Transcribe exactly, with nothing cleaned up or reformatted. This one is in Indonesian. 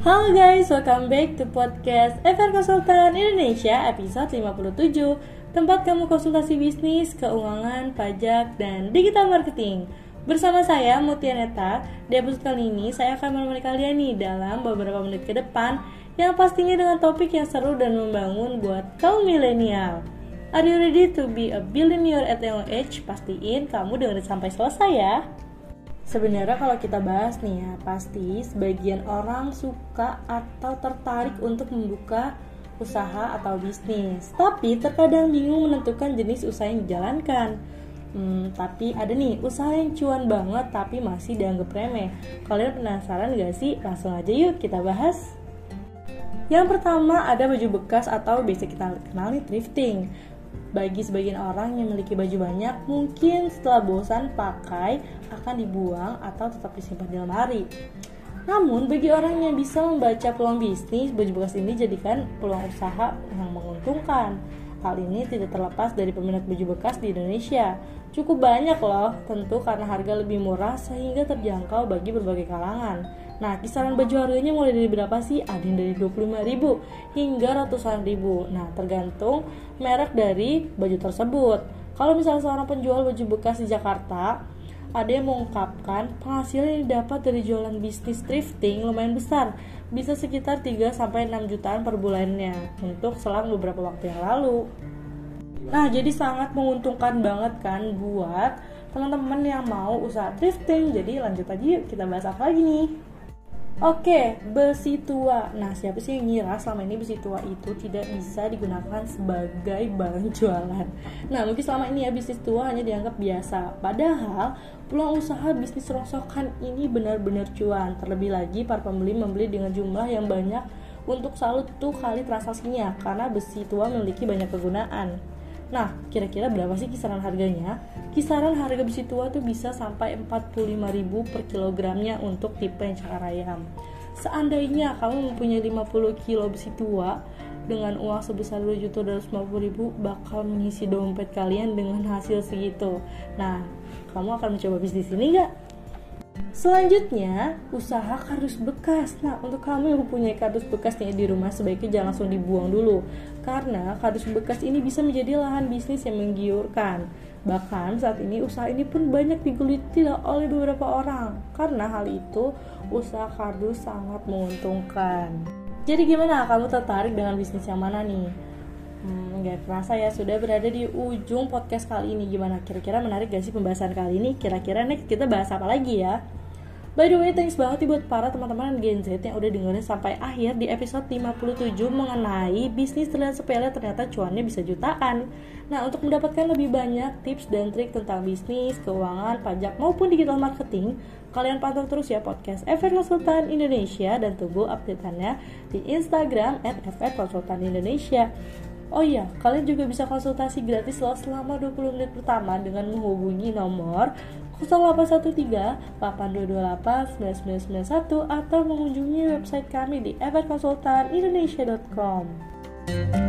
Halo guys, welcome back to podcast F R Konsultan Indonesia episode lima puluh tujuh. Tempat kamu konsultasi bisnis, keuangan, pajak, dan digital marketing. Bersama saya Mutia Neta. Di episode kali ini saya akan menemani kalian nih dalam beberapa menit ke depan, yang pastinya dengan topik yang seru dan membangun buat kaum milenial. Are you ready to be a billionaire at young age? Pastiin kamu dengerin sampai selesai ya. Sebenarnya kalau kita bahas nih ya, pasti sebagian orang suka atau tertarik untuk membuka usaha atau bisnis, tapi terkadang bingung menentukan jenis usaha yang dijalankan. Hmm, tapi ada nih usaha yang cuan banget tapi masih dianggap remeh. Kalian penasaran gak sih? Langsung aja yuk kita bahas. Yang pertama ada baju bekas atau biasa kita kenal nih thrifting. Bagi sebagian orang yang memiliki baju banyak, mungkin setelah bosan pakai akan dibuang atau tetap disimpan di lemari. Namun bagi orang yang bisa membaca peluang bisnis, baju bekas ini jadikan peluang usaha yang menguntungkan. Hal ini tidak terlepas dari peminat baju bekas di Indonesia. Cukup banyak loh, tentu karena harga lebih murah sehingga terjangkau bagi berbagai kalangan. Nah, kisaran baju harganya mulai dari berapa sih? Ada yang dari dua puluh lima ribu hingga ratusan ribu. Nah, tergantung merek dari baju tersebut. Kalau misalnya seorang penjual baju bekas di Jakarta, ada yang mengungkapkan penghasilan yang didapat dari jualan bisnis thrifting lumayan besar, bisa sekitar tiga sampai enam jutaan per bulannya untuk selang beberapa waktu yang lalu. Nah, jadi sangat menguntungkan banget kan buat teman-teman yang mau usaha thrifting. Jadi lanjut aja yuk, kita bahas apa lagi nih? Oke, besi tua. Nah, siapa sih yang ngira selama ini besi tua itu tidak bisa digunakan sebagai barang jualan? Nah, mungkin selama ini ya bisnis tua hanya dianggap biasa. Padahal peluang usaha bisnis rongsokan ini benar-benar cuan. Terlebih lagi para pembeli membeli dengan jumlah yang banyak untuk satu kali transaksinya karena besi tua memiliki banyak kegunaan. Nah, kira-kira berapa sih kisaran harganya? Kisaran harga besi tua tuh bisa sampai empat puluh lima ribu per kilogramnya untuk tipe yang cakar ayam. Seandainya kamu mempunyai lima puluh kilo besi tua dengan uang sebesar dua juta dua ratus lima puluh ribu, bakal mengisi dompet kalian dengan hasil segitu. Nah, kamu akan mencoba bisnis ini gak? Selanjutnya, usaha kardus bekas. Nah, untuk kamu yang mempunyai kardus bekas nih di rumah, sebaiknya jangan langsung dibuang dulu, karena kardus bekas ini bisa menjadi lahan bisnis yang menggiurkan. Bahkan saat ini usaha ini pun banyak digeluti oleh beberapa orang. Karena hal itu, usaha kardus sangat menguntungkan. Jadi gimana? Kamu tertarik dengan bisnis yang mana nih? Hmm, gak terasa ya sudah berada di ujung podcast kali ini. Gimana? Kira-kira menarik gak sih pembahasan kali ini? Kira-kira next kita bahas apa lagi ya? By the way, thanks banget nih buat para teman-teman Gen Z yang udah dengerin sampai akhir di episode lima puluh tujuh mengenai bisnis terlihat sepele ternyata cuannya bisa jutaan. Nah, untuk mendapatkan lebih banyak tips dan trik tentang bisnis, keuangan, pajak maupun digital marketing, kalian pantau terus ya podcast F R Konsultan Indonesia dan tunggu update-annya di Instagram at F R Konsultan Indonesia. Oh iya, kalian juga bisa konsultasi gratis loh selama dua puluh menit pertama dengan menghubungi nomor nol delapan satu tiga delapan dua dua delapan sembilan sembilan sembilan satu atau mengunjungi website kami di f r konsultan indonesia dot com.